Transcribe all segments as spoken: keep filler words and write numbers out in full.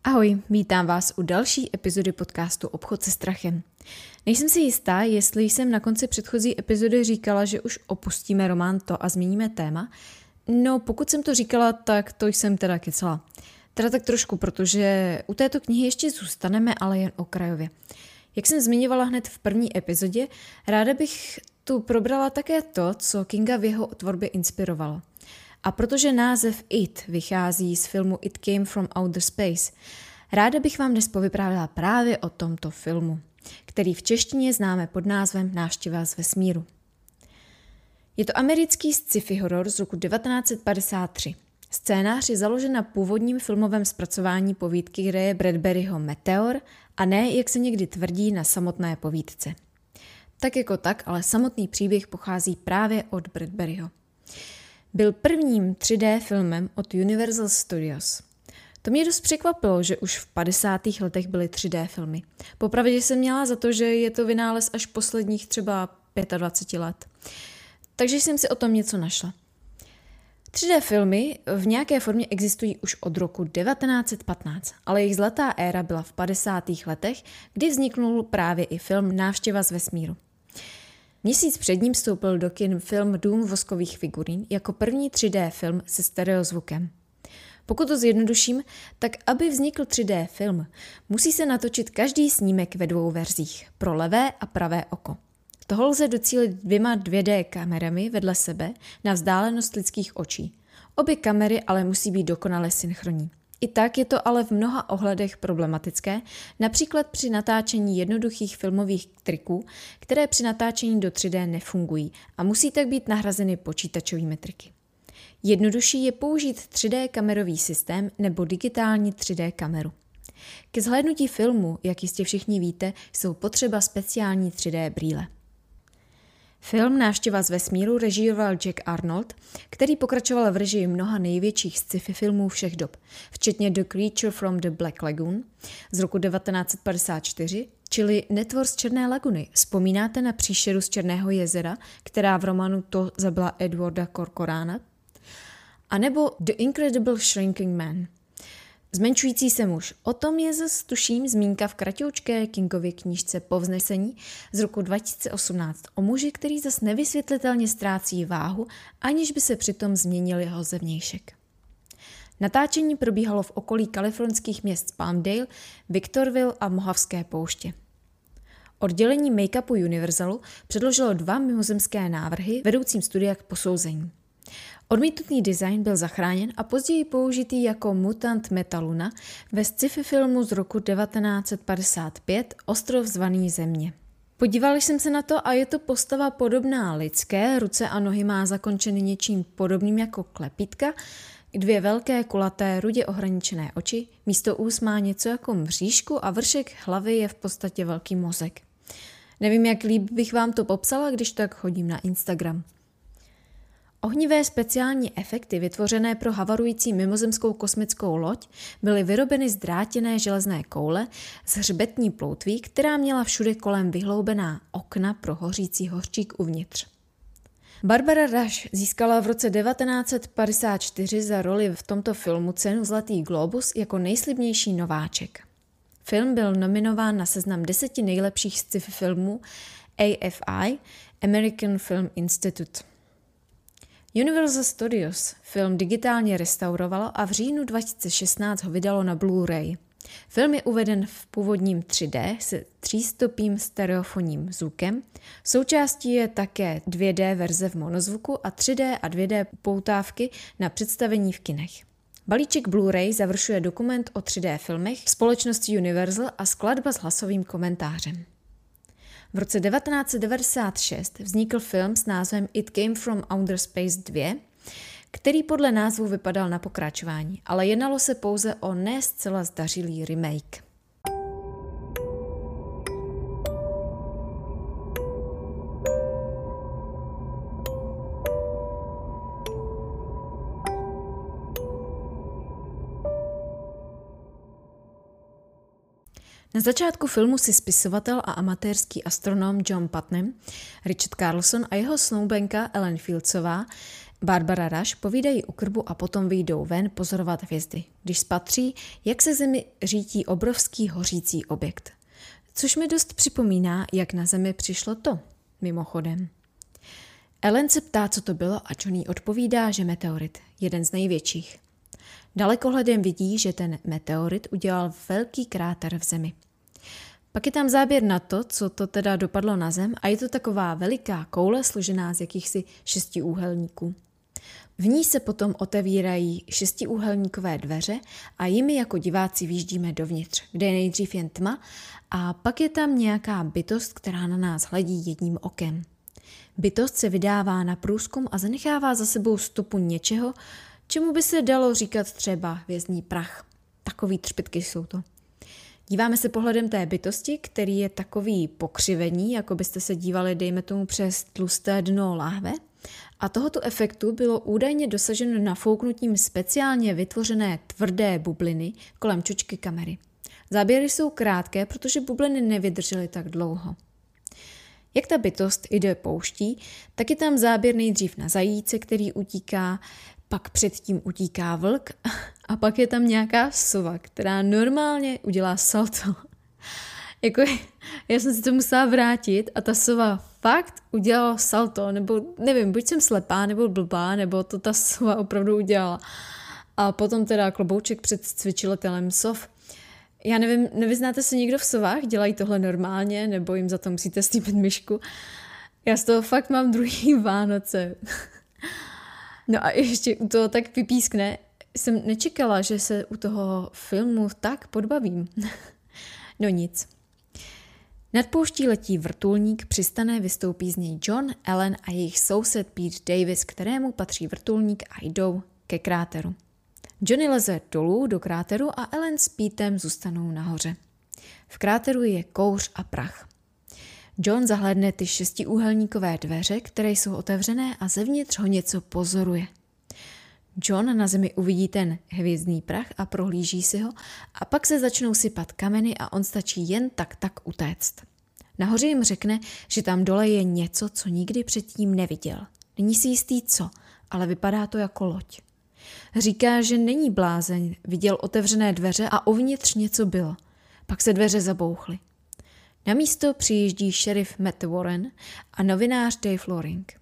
Ahoj, vítám vás u další epizody podcastu Obchod se strachem. Nejsem si jistá, jestli jsem na konci předchozí epizody říkala, že už opustíme román To a změníme téma. No, pokud jsem to říkala, tak to jsem teda kecala. Teda tak trošku, protože u této knihy ještě zůstaneme, ale jen okrajově. Jak jsem zmiňovala hned v první epizodě, ráda bych tu probrala také to, co Kinga v jeho tvorbě inspirovalo. A protože název It vychází z filmu It Came from Outer Space, ráda bych vám dnes povyprávěla právě o tomto filmu, který v češtině známe pod názvem Návštěva z vesmíru. Je to americký sci-fi horor z roku devatenáct set padesát tři. Scénář je založen na původním filmovém zpracování povídky Raye Bradburyho Meteor a ne, jak se někdy tvrdí, na samotné povídce. Tak jako tak, ale samotný příběh pochází právě od Bradburyho. Byl prvním tři dé filmem od Universal Studios. To mě dost překvapilo, že už v padesátých letech byly tři dé filmy. Popravdě jsem měla za to, že je to vynález až posledních třeba dvacet pět let. Takže jsem si o tom něco našla. tři dé filmy v nějaké formě existují už od roku devatenáct set patnáct, ale jejich zlatá éra byla v padesátých letech, kdy vzniknul právě i film Návštěva z vesmíru. Měsíc před ním vstoupil do kin film Dům voskových figurín jako první tři dé film se stereozvukem. Pokud to zjednoduším, tak aby vznikl tři dé film, musí se natočit každý snímek ve dvou verzích, pro levé a pravé oko. Toho lze docílit dvěma dvě dé kamerami vedle sebe na vzdálenost lidských očí. Obě kamery ale musí být dokonale synchronní. I tak je to ale v mnoha ohledech problematické, například při natáčení jednoduchých filmových triků, které při natáčení do tři dé nefungují a musí tak být nahrazeny počítačovými triky. Jednodušší je použít tři dé kamerový systém nebo digitální tři dé kameru. Ke zhlédnutí filmu, jak jistě všichni víte, jsou potřeba speciální tři dé brýle. Film Návštěva z vesmíru režíroval Jack Arnold, který pokračoval v režii mnoha největších sci-fi filmů všech dob, včetně The Creature from the Black Lagoon z roku devatenáct set padesát čtyři, čili Netvor z Černé laguny. Vzpomínáte na příšeru z Černého jezera, která v románu To zabila Edwarda Corcorana? A nebo The Incredible Shrinking Man. Zmenšující se muž. O tom je zas tuším zmínka v kratoučké Kingově knížce Povznesení z roku dva tisíce osmnáct o muži, který zas nevysvětlitelně ztrácí váhu, aniž by se přitom změnil jeho zevnějšek. Natáčení probíhalo v okolí kalifornských měst Palmdale, Victorville a Mohavské pouště. Oddělení make-upu Universalu předložilo dva mimozemské návrhy vedoucím studia k posouzení. Odmítnutý design byl zachráněn a později použitý jako mutant Metaluna ve sci-fi filmu z roku devatenáct set padesát pět Ostrov zvaný Země. Podívala jsem se na to a je to postava podobná lidské, ruce a nohy má zakončeny něčím podobným jako klepítka, dvě velké kulaté rudě ohraničené oči, místo úst má něco jako mřížku a vršek hlavy je v podstatě velký mozek. Nevím, jak líp bych vám to popsala, když tak chodím na Instagram. Ohnivé speciální efekty vytvořené pro havarující mimozemskou kosmickou loď byly vyrobeny z drátěné železné koule z hřbetní ploutví, která měla všude kolem vyhloubená okna pro hořící hořčík uvnitř. Barbara Rush získala v roce devatenáct set padesát čtyři za roli v tomto filmu cenu Zlatý glóbus jako nejslibnější nováček. Film byl nominován na seznam deseti nejlepších sci-fi filmů A F I, American Film Institute. Universal Studios film digitálně restaurovalo a v říjnu dva tisíce šestnáct ho vydalo na Blu-ray. Film je uveden v původním tři dé se třístopým stereofonním zvukem. Součástí je také dvě dé verze v monozvuku a tři dé a dvě dé poutávky na představení v kinech. Balíček Blu-ray završuje dokument o tři dé filmech společnosti Universal a skladba s hlasovým komentářem. V roce devatenáct set devadesát šest vznikl film s názvem It Came from Outer Space dva, který podle názvu vypadal na pokračování, ale jednalo se pouze o ne zcela zdařilý remake. Na začátku filmu si spisovatel a amatérský astronom John Putnam, Richard Carlson a jeho snoubenka Ellen Fieldsová, Barbara Rush povídají u krbu a potom vyjdou ven pozorovat hvězdy, když spatří, jak se Zemi řítí obrovský hořící objekt. Což mi dost připomíná, jak na Zemi přišlo to, mimochodem. Ellen se ptá, co to bylo a Johnny odpovídá, že meteorit, jeden z největších. Dalekohledem vidí, že ten meteorit udělal velký kráter v Zemi. Pak je tam záběr na to, co to teda dopadlo na Zem a je to taková veliká koule složená z jakýchsi šestiúhelníků. V ní se potom otevírají šestiúhelníkové dveře a jimi jako diváci výjíždíme dovnitř, kde je nejdřív jen tma a pak je tam nějaká bytost, která na nás hledí jedním okem. Bytost se vydává na průzkum a zanechává za sebou stopu něčeho, čemu by se dalo říkat třeba hvězdný prach. Takový třpytky jsou to. Díváme se pohledem té bytosti, který je takový pokřivení, jako byste se dívali, dejme tomu, přes tlusté dno láhve. A tohoto efektu bylo údajně dosaženo nafouknutím speciálně vytvořené tvrdé bubliny kolem čočky kamery. Záběry jsou krátké, protože bubliny nevydržely tak dlouho. Jak ta bytost jde pouští, tak je tam záběr nejdřív na zajíce, který utíká, pak předtím utíká vlk a pak je tam nějaká sova, která normálně udělá salto. Jako, já jsem si to musela vrátit a ta sova fakt udělala salto, nebo nevím, buď jsem slepá, nebo blbá, nebo to ta sova opravdu udělala. A potom teda klobouček před cvičitelem sov. Já nevím, nevyznáte se někdo v sovách? Dělají tohle normálně, nebo jim za to musíte stýpit myšku? Já z toho fakt mám druhý Vánoce. No a ještě u toho tak vypískne, jsem nečekala, že se u toho filmu tak podbavím. No nic. Nad pouští letí vrtulník, přistane, vystoupí z něj John, Ellen a jejich soused Pete Davis, kterému patří vrtulník a jdou ke kráteru. Johnny leze dolů do kráteru a Ellen s Petem zůstanou nahoře. V kráteru je kouř a prach. John zahlédne ty šestiúhelníkové dveře, které jsou otevřené a zevnitř ho něco pozoruje. John na Zemi uvidí ten hvězdný prach a prohlíží si ho a pak se začnou sypat kameny a on stačí jen tak tak utéct. Nahoře jim řekne, že tam dole je něco, co nikdy předtím neviděl. Není si jistý co, ale vypadá to jako loď. Říká, že není blázeň, viděl otevřené dveře a uvnitř něco bylo. Pak se dveře zabouchly. Na místo přijíždí šerif Matt Warren a novinář Dave Loring.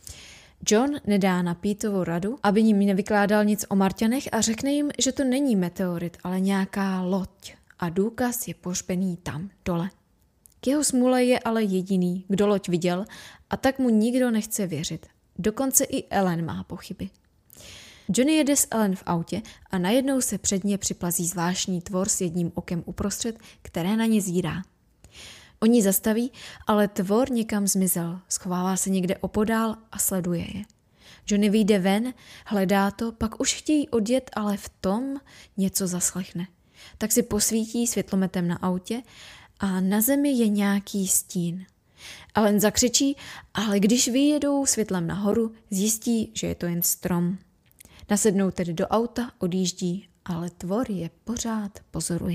John nedá na Petovu radu, aby jim nevykládal nic o Marťanech a řekne jim, že to není meteorit, ale nějaká loď a důkaz je pohřbený tam dole. K jeho smůle je ale jediný, kdo loď viděl a tak mu nikdo nechce věřit. Dokonce i Ellen má pochyby. Johnny jede s Ellen v autě a najednou se před ně připlazí zvláštní tvor s jedním okem uprostřed, které na ně zírá. Oni zastaví, ale tvor někam zmizel, schovává se někde opodál a sleduje je. Johnny vyjde ven, hledá to, pak už chtějí odjet, ale v tom něco zaslechne. Tak si posvítí světlometem na autě a na zemi je nějaký stín. Ellen zakřičí, ale když vyjedou světlem nahoru, zjistí, že je to jen strom. Nasednou tedy do auta, odjíždí, ale tvor je pořád pozoruje.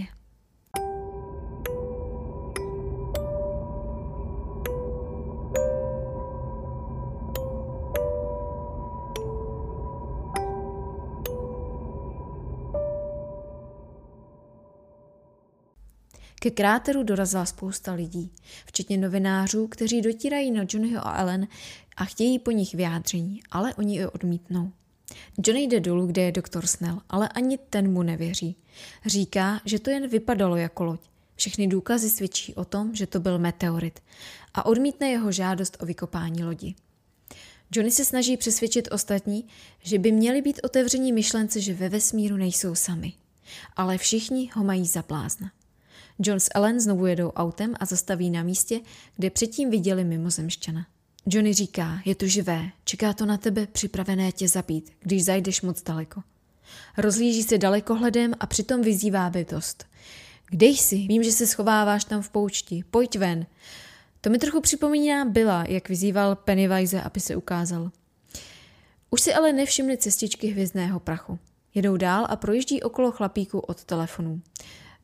Ke kráteru dorazila spousta lidí, včetně novinářů, kteří dotírají na Johnnyho a Ellen a chtějí po nich vyjádření, ale oni je odmítnou. Johnny jde dolů, kde je doktor Snell, ale ani ten mu nevěří. Říká, že to jen vypadalo jako loď. Všechny důkazy svědčí o tom, že to byl meteorit a odmítne jeho žádost o vykopání lodi. Johnny se snaží přesvědčit ostatní, že by měli být otevření myšlence, že ve vesmíru nejsou sami. Ale všichni ho mají za blázna. John s Ellen znovu jedou autem a zastaví na místě, kde předtím viděli mimozemšťana. Johnny říká, je to živé, čeká to na tebe připravené tě zabít, když zajdeš moc daleko. Rozhlíží se dalekohledem a přitom vyzývá bytost. Kde jsi? Vím, že se schováváš tam v poušti, pojď ven. To mi trochu připomíná Billa, jak vyzýval Pennywise, aby se ukázal. Už si ale nevšimli cestičky hvězdného prachu. Jedou dál a projíždí okolo chlapíků od telefonů.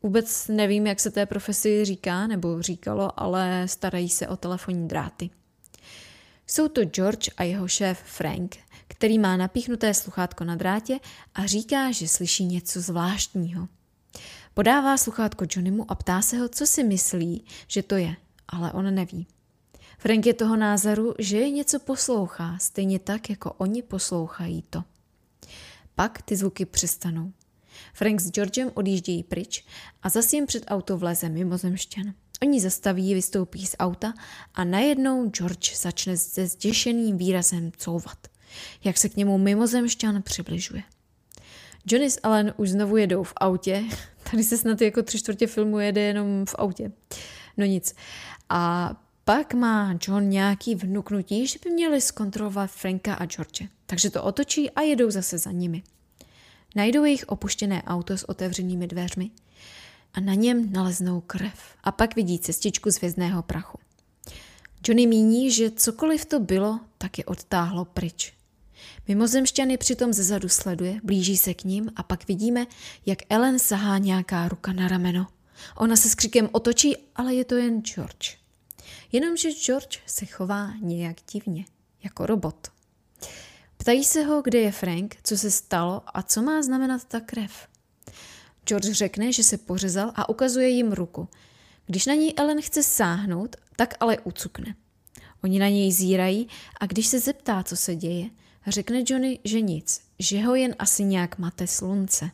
Vůbec nevím, jak se té profesi říká nebo říkalo, ale starají se o telefonní dráty. Jsou to George a jeho šéf Frank, který má napíchnuté sluchátko na drátě a říká, že slyší něco zvláštního. Podává sluchátko Johnnymu a ptá se ho, co si myslí, že to je, ale on neví. Frank je toho názoru, že je něco poslouchá, stejně tak, jako oni poslouchají to. Pak ty zvuky přestanou. Frank s Georgem odjíždějí pryč a zas jim před auto vleze mimozemšťan. Oni zastaví, vystoupí z auta a najednou George začne se zděšeným výrazem couvat, jak se k němu mimozemšťan přibližuje. Johnny s Ellen už znovu jedou v autě, tady se snad jako tři čtvrtě filmu jede jenom v autě. No nic. A pak má John nějaký vnuknutí, že by měli zkontrolovat Franka a George, takže to otočí a jedou zase za nimi. Najdou jejich opuštěné auto s otevřenými dveřmi a na něm naleznou krev a pak vidí cestičku z hvězdného prachu. Johnny míní, že cokoliv to bylo, tak je odtáhlo pryč. Mimozemšťan je přitom zezadu sleduje, blíží se k ním a pak vidíme, jak Ellen sahá nějaká ruka na rameno. Ona se s křikem otočí, ale je to jen George. Jenomže George se chová nějak divně, jako robot. Ptají se ho, kde je Frank, co se stalo a co má znamenat ta krev. George řekne, že se pořezal a ukazuje jim ruku. Když na něj Ellen chce sáhnout, tak ale ucukne. Oni na něj zírají a když se zeptá, co se děje, řekne Johnny, že nic, že ho jen asi nějak mate slunce.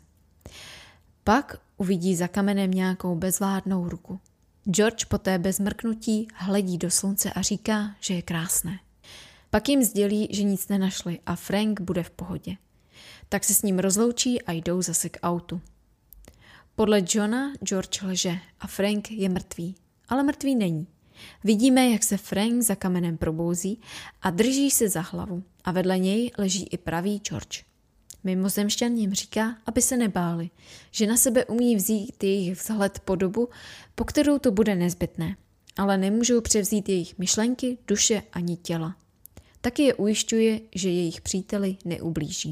Pak uvidí za kamenem nějakou bezvládnou ruku. George poté bez mrknutí hledí do slunce a říká, že je krásné. Pak jim sdělí, že nic nenašli a Frank bude v pohodě. Tak se s ním rozloučí a jdou zase k autu. Podle Johna George leže a Frank je mrtvý, ale mrtvý není. Vidíme, jak se Frank za kamenem probouzí a drží se za hlavu a vedle něj leží i pravý George. Mimozemšťan jim říká, aby se nebáli, že na sebe umí vzít jejich vzhled po dobu, po kterou to bude nezbytné, ale nemůžou převzít jejich myšlenky, duše ani těla. Taky je ujišťuje, že jejich příteli neublíží.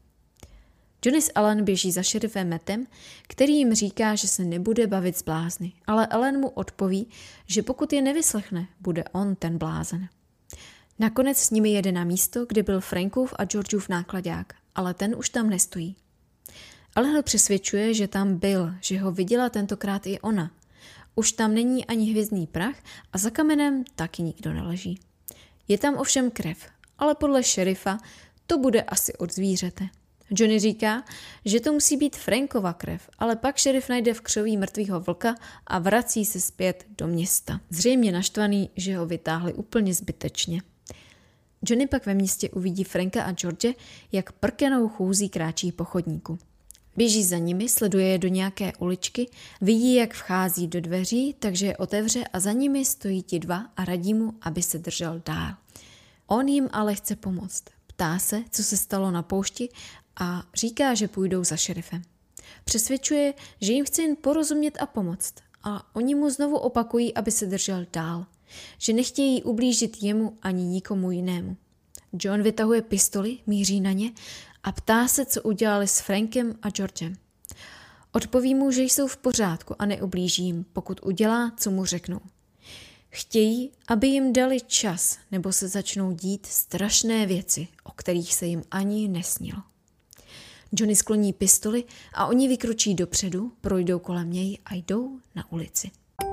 Johnny s Ellen běží za šerifem Mattem, který jim říká, že se nebude bavit s blázny, ale Ellen mu odpoví, že pokud je nevyslechne, bude on ten blázen. Nakonec s nimi jede na místo, kde byl Frankův a Georgeův nákladák, ale ten už tam nestojí. Ellen ho přesvědčuje, že tam byl, že ho viděla tentokrát i ona. Už tam není ani hvězdný prach a za kamenem taky nikdo neleží. Je tam ovšem krev, ale podle šerifa to bude asi od zvířete. Johnny říká, že to musí být Frankova krev, ale pak šerif najde v křoví mrtvýho vlka a vrací se zpět do města. Zřejmě naštvaný, že ho vytáhli úplně zbytečně. Johnny pak ve městě uvidí Franka a George, jak prkenou chůzí kráčí po chodníku. Běží za nimi, sleduje je do nějaké uličky, vidí, jak vchází do dveří, takže je otevře a za nimi stojí ti dva a radí mu, aby se držel dál. On jim ale chce pomoct. Ptá se, co se stalo na poušti a říká, že půjdou za šerifem. Přesvědčuje, že jim chce jen porozumět a pomoct a oni mu znovu opakují, aby se držel dál, že nechtějí ublížit jemu ani nikomu jinému. John vytahuje pistoli, míří na ně a ptá se, co udělali s Frankem a Georgem. Odpoví mu, že jsou v pořádku a neublíží jim, pokud udělá, co mu řeknou. Chtějí, aby jim dali čas, nebo se začnou dít strašné věci, o kterých se jim ani nesnilo. Johnny skloní pistoli a oni vykročí dopředu, projdou kolem něj a jdou na ulici.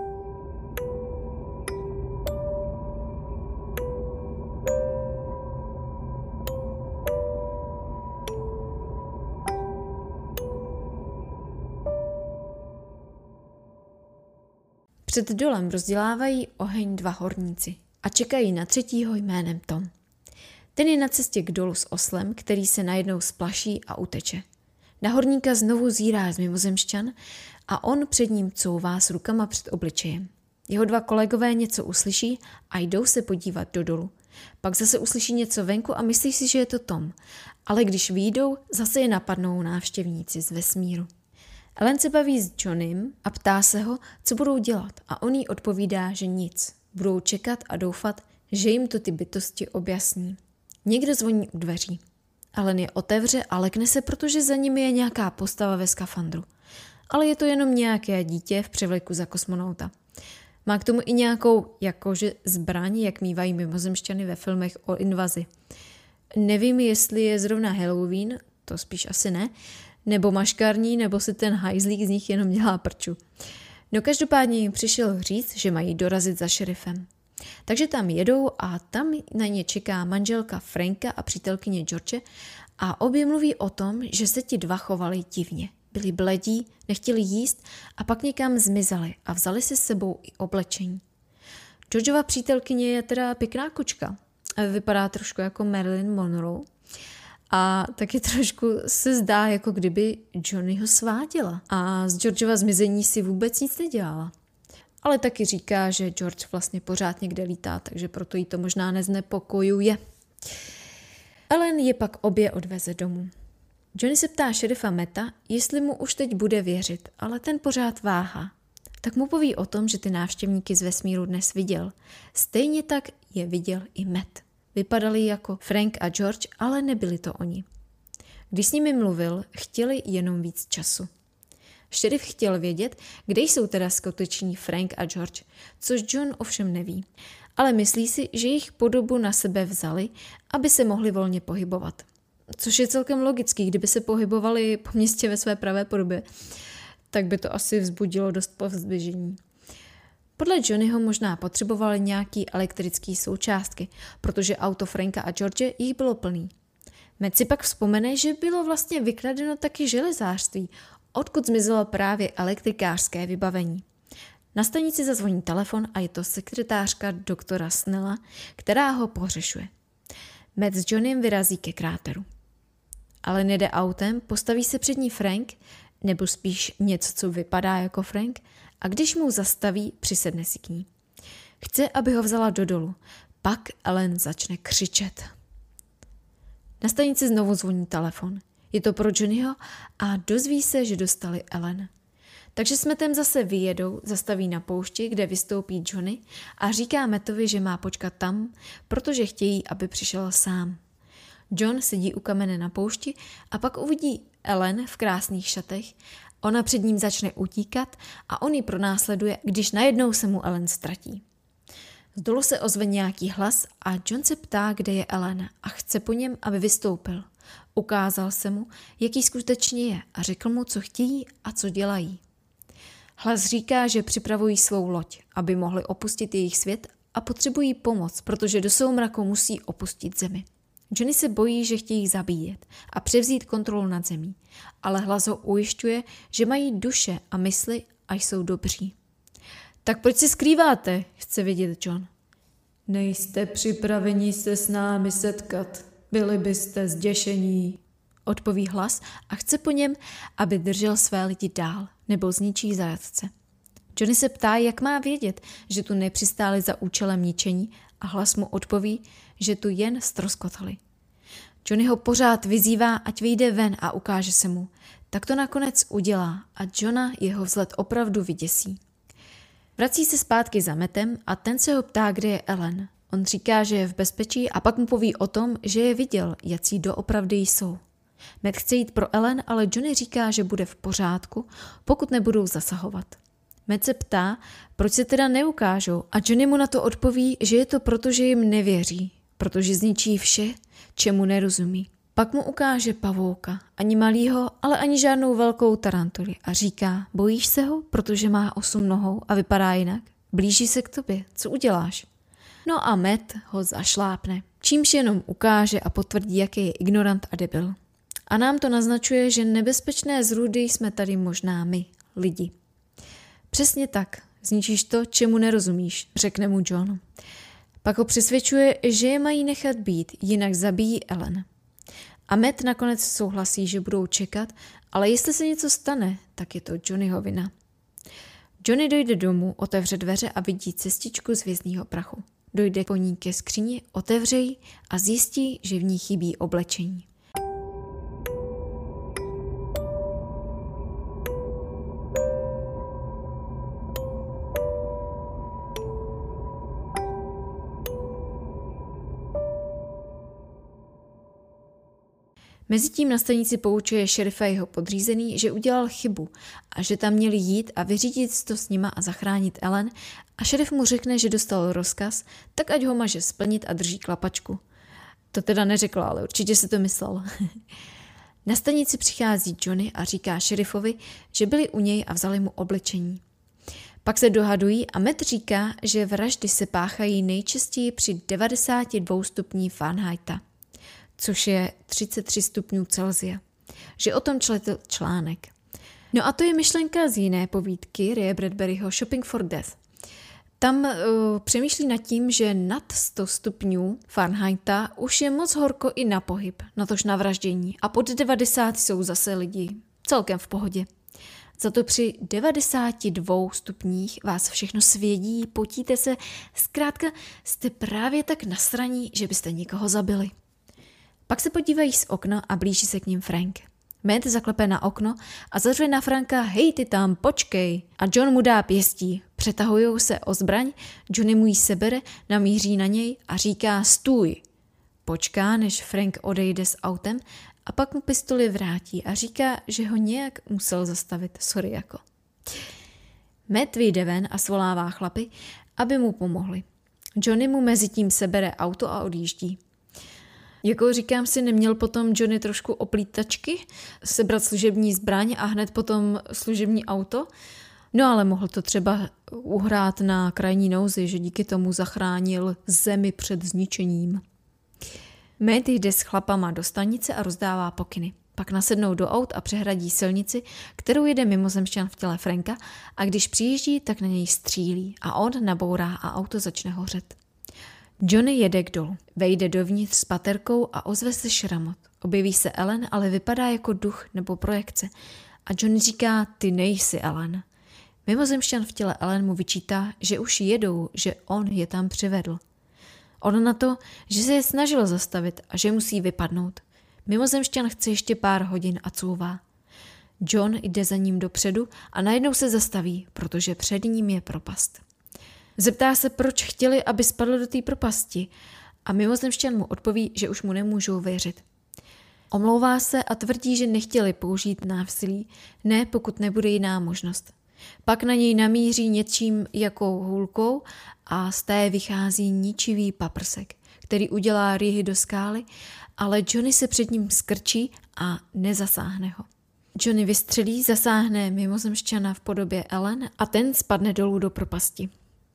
Před dolem rozdělávají oheň dva horníci a čekají na třetího jménem Tom. Ten je na cestě k dolu s oslem, který se najednou splaší a uteče. Na horníka znovu zírá z mimozemšťan a on před ním couvá s rukama před obličejem. Jeho dva kolegové něco uslyší a jdou se podívat do dolu. Pak zase uslyší něco venku a myslí si, že je to Tom. Ale když vyjdou, zase je napadnou návštěvníci z vesmíru. Ellen se baví s Johnnym a ptá se ho, co budou dělat a on jí odpovídá, že nic. Budou čekat a doufat, že jim to ty bytosti objasní. Někdo zvoní u dveří. Ellen je otevře a lekne se, protože za nimi je nějaká postava ve skafandru. ale je to jenom nějaké dítě v převleku za kosmonauta. Má k tomu i nějakou jakože zbraň, jak mívají mimozemšťany ve filmech o invazi. Nevím, jestli je zrovna Halloween, to spíš asi ne, nebo maškarní, nebo si ten hajzlík z nich jenom dělá prču. No každopádně jim přišel říct, že mají dorazit za šerifem. Takže tam jedou a tam na ně čeká manželka Franka a přítelkyně George a obě mluví o tom, že se ti dva chovali divně. Byli bledí, nechtěli jíst a pak někam zmizeli a vzali si s sebou i oblečení. Georgeova přítelkyně je teda pěkná kočka. Vypadá trošku jako Marilyn Monroe a taky trošku se zdá, jako kdyby Johnnyho sváděla a z Georgeova zmizení si vůbec nic nedělala. Ale taky říká, že George vlastně pořád někde lítá, takže proto jí to možná neznepokojuje. Ellen je pak obě odveze domů. Johnny se ptá šerifa Matta, jestli mu už teď bude věřit, ale ten pořád váhá. Tak mu poví o tom, že ty návštěvníky z vesmíru dnes viděl. Stejně tak je viděl i Matt. Vypadali jako Frank a George, ale nebyli to oni. Když s nimi mluvil, chtěli jenom víc času. Šerif chtěl vědět, kde jsou teda skuteční Frank a George, což John ovšem neví. Ale myslí si, že jejich podobu na sebe vzali, aby se mohli volně pohybovat. Což je celkem logický, kdyby se pohybovali po městě ve své pravé podobě, tak by to asi vzbudilo dost povzdvižení. Podle Johnnyho možná potřebovali nějaký elektrický součástky, protože auto Franka a George jich bylo plný. Matt si pak vzpomene, že bylo vlastně vykradeno taky železářství, odkud zmizelo právě elektrikářské vybavení. Na stanici zazvoní telefon a je to sekretářka doktora Snella, která ho pohřešuje. Matt s Johnnym vyrazí ke kráteru. Ale nejde autem, postaví se před ní Frank, nebo spíš něco, co vypadá jako Frank, a když mu zastaví, přisedne si k ní. Chce, aby ho vzala do dolu, pak Ellen začne křičet. Na stanici znovu zvoní telefon. Je to pro Johnnyho a dozví se, že dostali Ellen. Takže s Mattem zase vyjedou, zastaví na poušti, kde vystoupí Johnny a říká Mattovi, že má počkat tam, protože chtějí, aby přišel sám. John sedí u kamene na poušti a pak uvidí Ellen v krásných šatech. Ona před ním začne utíkat a on ji pronásleduje, když najednou se mu Ellen ztratí. Z dolu se ozve nějaký hlas a John se ptá, kde je Ellen a chce po něm, aby vystoupil. Ukázal se mu, jaký skutečně je a řekl mu, co chtějí a co dělají. Hlas říká, že připravují svou loď, aby mohli opustit jejich svět a potřebují pomoc, protože do soumraku musí opustit zemi. Johnny se bojí, že chtějí zabíjet a převzít kontrolu nad zemí, ale hlas ho ujišťuje, že mají duše a mysli a jsou dobří. Tak proč se skrýváte, chce vědět John. Nejste připraveni se s námi setkat, byli byste zděšení, odpoví hlas a chce po něm, aby držel své lidi dál nebo zničí zajatce. Johnny se ptá, jak má vědět, že tu nepřistáli za účelem ničení a hlas mu odpoví, že tu jen ztroskotali. Johnny ho pořád vyzývá, ať vyjde ven a ukáže se mu. Tak to nakonec udělá a Johna jeho vzhled opravdu vyděsí. Vrací se zpátky za Mattem a ten se ho ptá, kde je Ellen. On říká, že je v bezpečí a pak mu poví o tom, že je viděl, jací doopravdy jsou. Matt chce jít pro Ellen, ale Johnny říká, že bude v pořádku, pokud nebudou zasahovat. Matt se ptá, proč se teda neukážou a Johnny mu na to odpoví, že je to proto, že jim nevěří, protože zničí vše, čemu nerozumí. Pak mu ukáže pavouka, ani malýho, ale ani žádnou velkou tarantuli a říká, bojíš se ho, protože má osm nohou a vypadá jinak? Blíží se k tobě, co uděláš? No a Matt ho zašlápne, čímž jenom ukáže a potvrdí, jaký je ignorant a debil. A nám to naznačuje, že nebezpečné zrůdy jsme tady možná my, lidi. Přesně tak, zničíš to, čemu nerozumíš, řekne mu John. Pak ho přesvědčuje, že je mají nechat být, jinak zabijí Ellen. A Matt nakonec souhlasí, že budou čekat, ale jestli se něco stane, tak je to Johnnyho vina. Johnny dojde domů, otevře dveře a vidí cestičku z hvězdného prachu. Dojde po ní ke skříni, otevře ji a zjistí, že v ní chybí oblečení. Mezitím na stanici poučuje šerifa jeho podřízený, že udělal chybu a že tam měli jít a vyřídit to s nima a zachránit Ellen a šerif mu řekne, že dostal rozkaz, tak ať ho maže splnit a drží klapačku. To teda neřekla, ale určitě se to myslel. Na stanici přichází Johnny a říká šerifovi, že byli u něj a vzali mu oblečení. Pak se dohadují a Matt říká, že vraždy se páchají nejčastěji při devadesáti dvou stupních Fahrenheita, což je třicet tři stupňů Celsia. Že o tom četl článek. No a to je myšlenka z jiné povídky Raya Bradburyho Shopping for Death. Tam uh, přemýšlí nad tím, že nad sto stupňů Fahrenheita už je moc horko i na pohyb, natož na vraždění. A pod devadesát jsou zase lidi celkem v pohodě. Za to při devadesáti dvou stupních vás všechno svědí, potíte se, zkrátka jste právě tak nasraní, že byste někoho zabili. Pak se podívají z okna a blíží se k ním Frank. Matt zaklepe na okno a zařve na Franka: hej ty tam, počkej. A John mu dá pěstí. Přetahujou se o zbraň, Johnny mu ji sebere, namíří na něj a říká stůj. Počká, než Frank odejde s autem a pak mu pistoli vrátí a říká, že ho nějak musel zastavit. Sorry jako. Matt vyjde ven a svolává chlapy, aby mu pomohli. Johnny mu mezi tím sebere auto a odjíždí. Jako říkám si, neměl potom Johnny trošku oplítačky, sebrat služební zbraň a hned potom služební auto? No ale mohl to třeba uhrát na krajní nouzi, že díky tomu zachránil zemi před zničením. Matt jde s chlapama do stanice a rozdává pokyny. Pak nasednou do aut a přehradí silnici, kterou jede mimozemšťan v těle Franka a když přijíždí, tak na něj střílí a on nabourá a auto začne hořet. Johnny jede k dolu, vejde dovnitř s paterkou a ozve se šramot. Objeví se Ellen, ale vypadá jako duch nebo projekce. A Johnny říká, ty nejsi Ellen. Mimozemšťan v těle Ellen mu vyčítá, že už jedou, že on je tam přivedl. On na to, že se je snažil zastavit a že musí vypadnout. Mimozemšťan chce ještě pár hodin a couvá. John jde za ním dopředu a najednou se zastaví, protože před ním je propast. Zeptá se, proč chtěli, aby spadl do té propasti a mimozemšťan mu odpoví, že už mu nemůžou věřit. Omlouvá se a tvrdí, že nechtěli použít násilí, ne pokud nebude jiná možnost. Pak na něj namíří něčím jako hůlkou a z té vychází ničivý paprsek, který udělá rýhy do skály, ale Johnny se před ním skrčí a nezasáhne ho. Johnny vystřelí, zasáhne mimozemšťana v podobě Ellen a ten spadne dolů do propasti.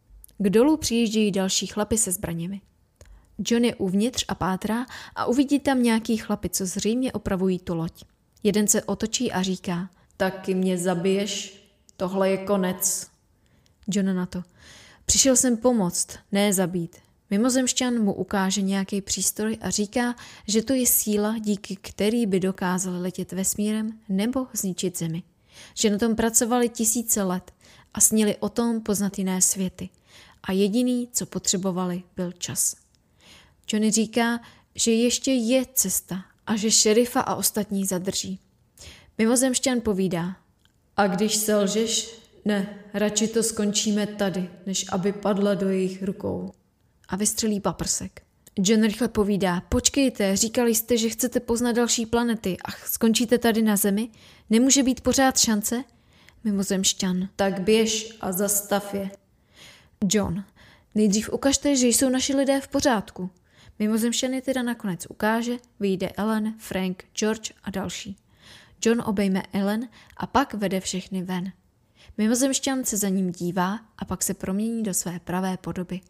K dolu přijíždějí další chlapi se zbraněmi. John je uvnitř a pátrá a uvidí tam nějaký chlapi, co zřejmě opravují tu loď. Jeden se otočí a říká, taky mě zabiješ, tohle je konec. John na to, přišel jsem pomoct, ne zabít. Mimozemšťan mu ukáže nějaký přístroj a říká, že to je síla, díky který by dokázal letět vesmírem nebo zničit zemi. Že na tom pracovali tisíce let a snili o tom poznat jiné světy. A jediný, co potřebovali, byl čas. Johnny říká, že ještě je cesta a že šerifa a ostatní zadrží. Mimozemšťan povídá, a když selžeš, ne, radši to skončíme tady, než aby padla do jejich rukou. A vystřelí paprsek. John rychle povídá, počkejte, říkali jste, že chcete poznat další planety a skončíte tady na Zemi? Nemůže být pořád šance? Mimozemšťan, tak běž a zastav je. John, nejdřív ukažte, že jsou naši lidé v pořádku. Mimozemšťan je teda nakonec ukáže, vyjde Ellen, Frank, George a další. John obejme Ellen a pak vede všechny ven. Mimozemšťan se za ním dívá a pak se promění do své pravé podoby.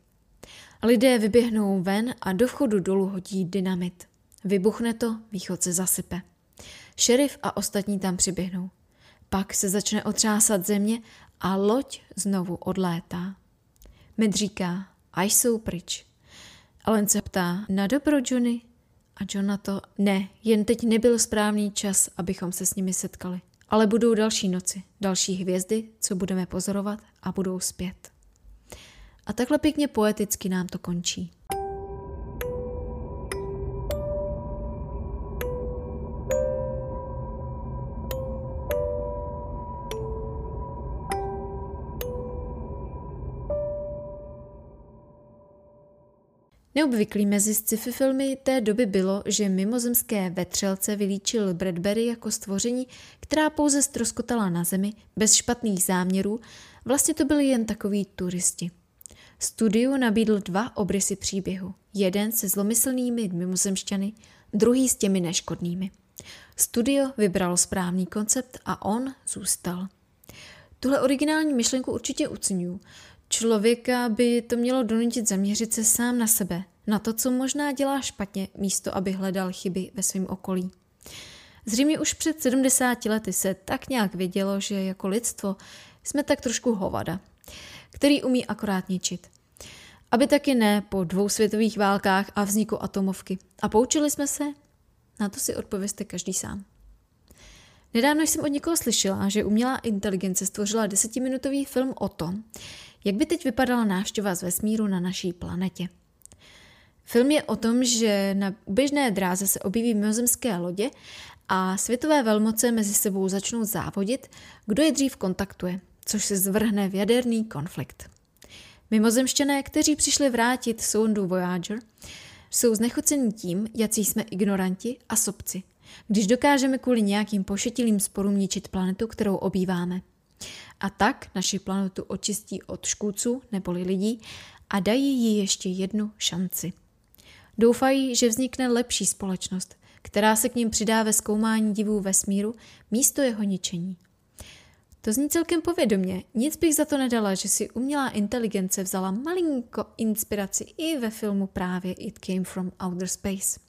Lidé vyběhnou ven a do vchodu dolů hodí dynamit. Vybuchne to, východ se zasype. Šerif a ostatní tam přiběhnou. Pak se začne otřásat země a loď znovu odlétá. Matt říká, a jsou pryč. Ellen se ptá, na dobro Johnny? A John na to, ne, jen teď nebyl správný čas, abychom se s nimi setkali. Ale budou další noci, další hvězdy, co budeme pozorovat a budou zpět. A takhle pěkně poeticky nám to končí. Neobvyklý mezi sci-fi filmy té doby bylo, že mimozemské vetřelce vylíčil Bradbury jako stvoření, která pouze ztroskotala na zemi, bez špatných záměrů, vlastně to byli jen takoví turisti. Studiu nabídl dva obrysy příběhu, jeden se zlomyslnými mimozemšťany, druhý s těmi neškodnými. Studio vybralo správný koncept a on zůstal. Tuhle originální myšlenku určitě oceňuju. Člověka by to mělo donutit zaměřit se sám na sebe, na to, co možná dělá špatně, místo aby hledal chyby ve svém okolí. Zřejmě už před sedmdesáti lety se tak nějak vědělo, že jako lidstvo jsme tak trošku hovada, který umí akorát ničit. Aby taky ne po dvou světových válkách a vzniku atomovky. A poučili jsme se? Na to si odpovězte každý sám. Nedávno jsem od někoho slyšela, že umělá inteligence stvořila desetiminutový film o tom, jak by teď vypadala návštěva z vesmíru na naší planetě. Film je o tom, že na běžné dráze se objeví mimozemské lodě a světové velmoce mezi sebou začnou závodit, kdo je dřív kontaktuje, což se zvrhne v jaderný konflikt. Mimozemšťané, kteří přišli vrátit sondu Voyager, jsou znechuceni tím, jací jsme ignoranti a sobci, když dokážeme kvůli nějakým pošetilým sporům ničit planetu, kterou obýváme. A tak naši planetu očistí od škůdců neboli lidí a dají jí ještě jednu šanci. Doufají, že vznikne lepší společnost, která se k ním přidá ve zkoumání divů vesmíru místo jeho ničení. To zní celkem povědomě, nic bych za to nedala, že si umělá inteligence vzala malinko inspiraci i ve filmu právě It Came from Outer Space.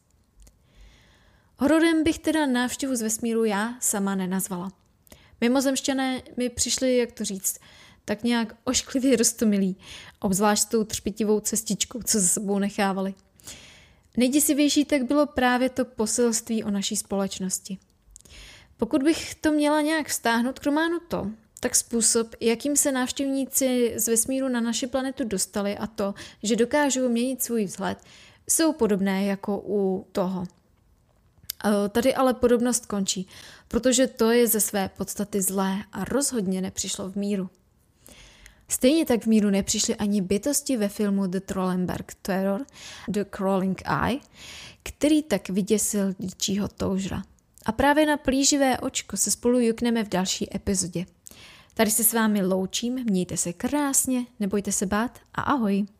Hororem bych teda návštěvu z vesmíru já sama nenazvala. Mimozemšťané mi přišli, jak to říct, tak nějak ošklivě roztomilí, obzvlášť s tou třpitivou cestičkou, co za sebou nechávali. Nejděsivější tak bylo právě to poselství o naší společnosti. Pokud bych to měla nějak vztáhnout k románu To, tak způsob, jakým se návštěvníci z vesmíru na naši planetu dostali a to, že dokážou měnit svůj vzhled, jsou podobné jako u toho. Tady ale podobnost končí, protože to je ze své podstaty zlé a rozhodně nepřišlo v míru. Stejně tak v míru nepřišly ani bytosti ve filmu The Trollenberg Terror, The Crawling Eye, který tak vyděsil dčího toužra. A právě na plíživé očko se spolu jukneme v další epizodě. Tady se s vámi loučím, mějte se krásně, nebojte se bát a ahoj.